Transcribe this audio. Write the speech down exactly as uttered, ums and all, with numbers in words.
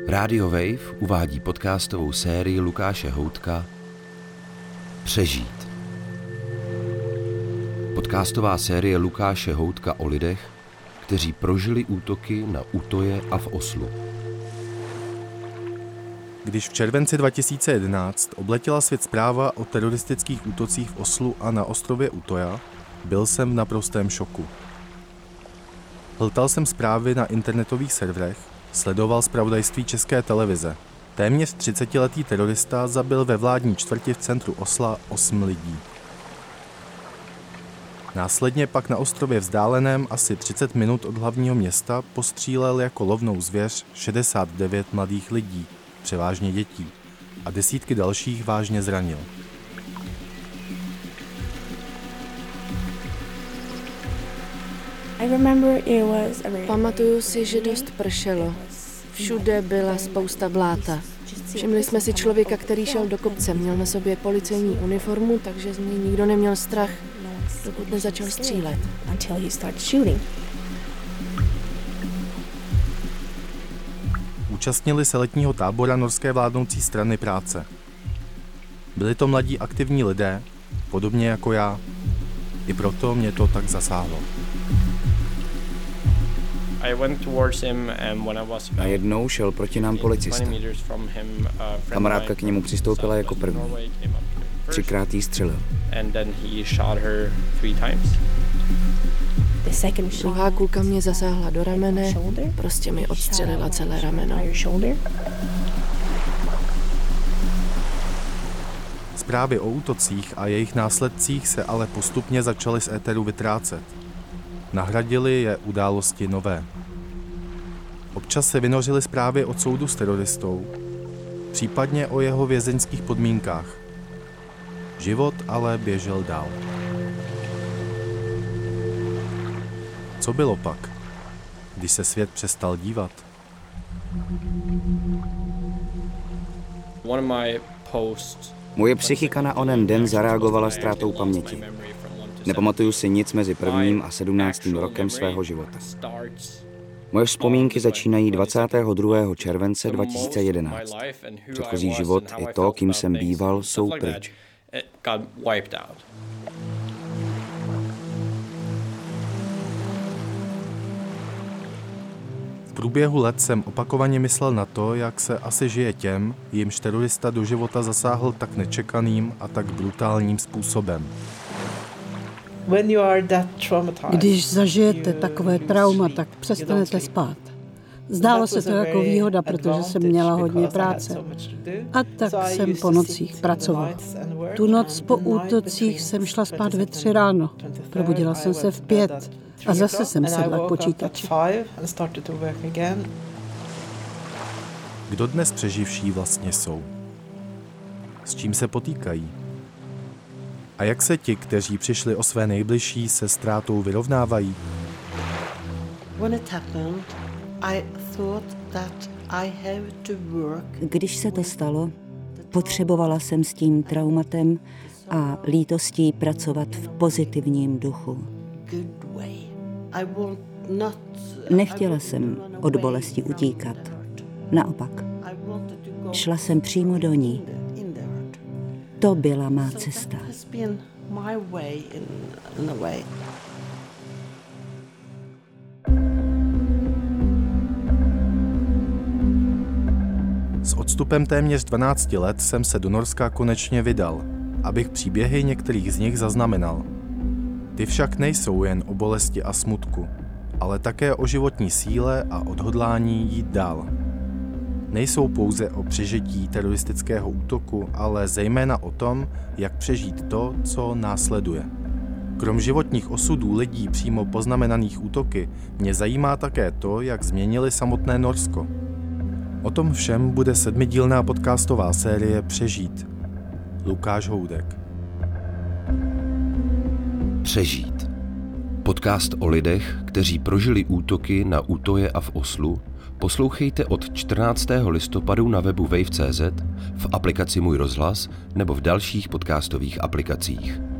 Radio Wave uvádí podcastovou sérii Lukáše Houtka Přežít. Podcastová série Lukáše Houtka o lidech, kteří prožili útoky na Utoje a v Oslu. Když v červenci dva tisíce jedenáct obletěla svět zpráva o teroristických útocích v Oslu a na ostrově Utoja, byl jsem v naprostém šoku. Hltal jsem zprávy na internetových serverech, sledoval zpravodajství České televize. Téměř třicetiletý terorista zabil ve vládní čtvrti v centru Osla osm lidí. Následně pak na ostrově vzdáleném asi třicet minut od hlavního města postřílel jako lovnou zvěř šedesát devět mladých lidí, převážně dětí, a desítky dalších vážně zranil. Pamatuju si, že dost pršelo. Všude byla spousta bláta. Všimli jsme si člověka, který šel do kopce. Měl na sobě policejní uniformu, takže z něj nikdo neměl strach, dokud nezačal střílet. Účastnili se letního tábora norské vládnoucí strany práce. Byli to mladí aktivní lidé, podobně jako já. I proto mě to tak zasáhlo. Najednou šel proti nám policista. Kamarádka k němu přistoupila jako první. Třikrát jí střelil. Druhá kulka mě zasáhla do ramene, prostě mi odstřelila celé rameno. Zprávy o útocích a jejich následcích se ale postupně začaly z éteru vytrácet. Nahradily je události nové. Občas se vynořily zprávy od soudu s teroristou, případně o jeho vězeňských podmínkách. Život ale běžel dál. Co bylo pak, když se svět přestal dívat? Moje psychika na onen den zareagovala ztrátou paměti. Nepamatuju si nic mezi prvním a sedmnáctým rokem svého života. Moje vzpomínky začínají dvacátého druhého července dva tisíce jedenáct. Předchozí život i to, kým jsem býval, jsou pryč. V průběhu let jsem opakovaně myslel na to, jak se asi žije těm, jimž terorista do života zasáhl tak nečekaným a tak brutálním způsobem. Když zažijete takové trauma, tak přestanete spát. Zdálo se to jako výhoda, protože jsem měla hodně práce. A tak jsem po nocích pracovala. Tu noc po útocích jsem šla spát ve tři ráno. Probudila jsem se v pět a zase jsem sedla k počítači. Kdo dnes přeživší vlastně jsou? S čím se potýkají? A jak se ti, kteří přišli o své nejbližší, se ztrátou vyrovnávají? Když se to stalo, potřebovala jsem s tím traumatem a lítostí pracovat v pozitivním duchu. Nechtěla jsem od bolesti utíkat. Naopak, šla jsem přímo do ní. To byla má cesta. S odstupem téměř dvanácti let jsem se do Norska konečně vydal, abych příběhy některých z nich zaznamenal. Ty však nejsou jen o bolesti a smutku, ale také o životní síle a odhodlání jít dál. Nejsou pouze o přežití teroristického útoku, ale zejména o tom, jak přežít to, co následuje. Krom životních osudů lidí přímo poznamenaných útoky, mě zajímá také to, jak změnili samotné Norsko. O tom všem bude sedmidílná podcastová série Přežít. Lukáš Houdek. Přežít. Podcast o lidech, kteří prožili útoky na Utoje a v Oslu, poslouchejte od čtrnáctého listopadu na webu wave tečka cé zet, v aplikaci Můj rozhlas nebo v dalších podcastových aplikacích.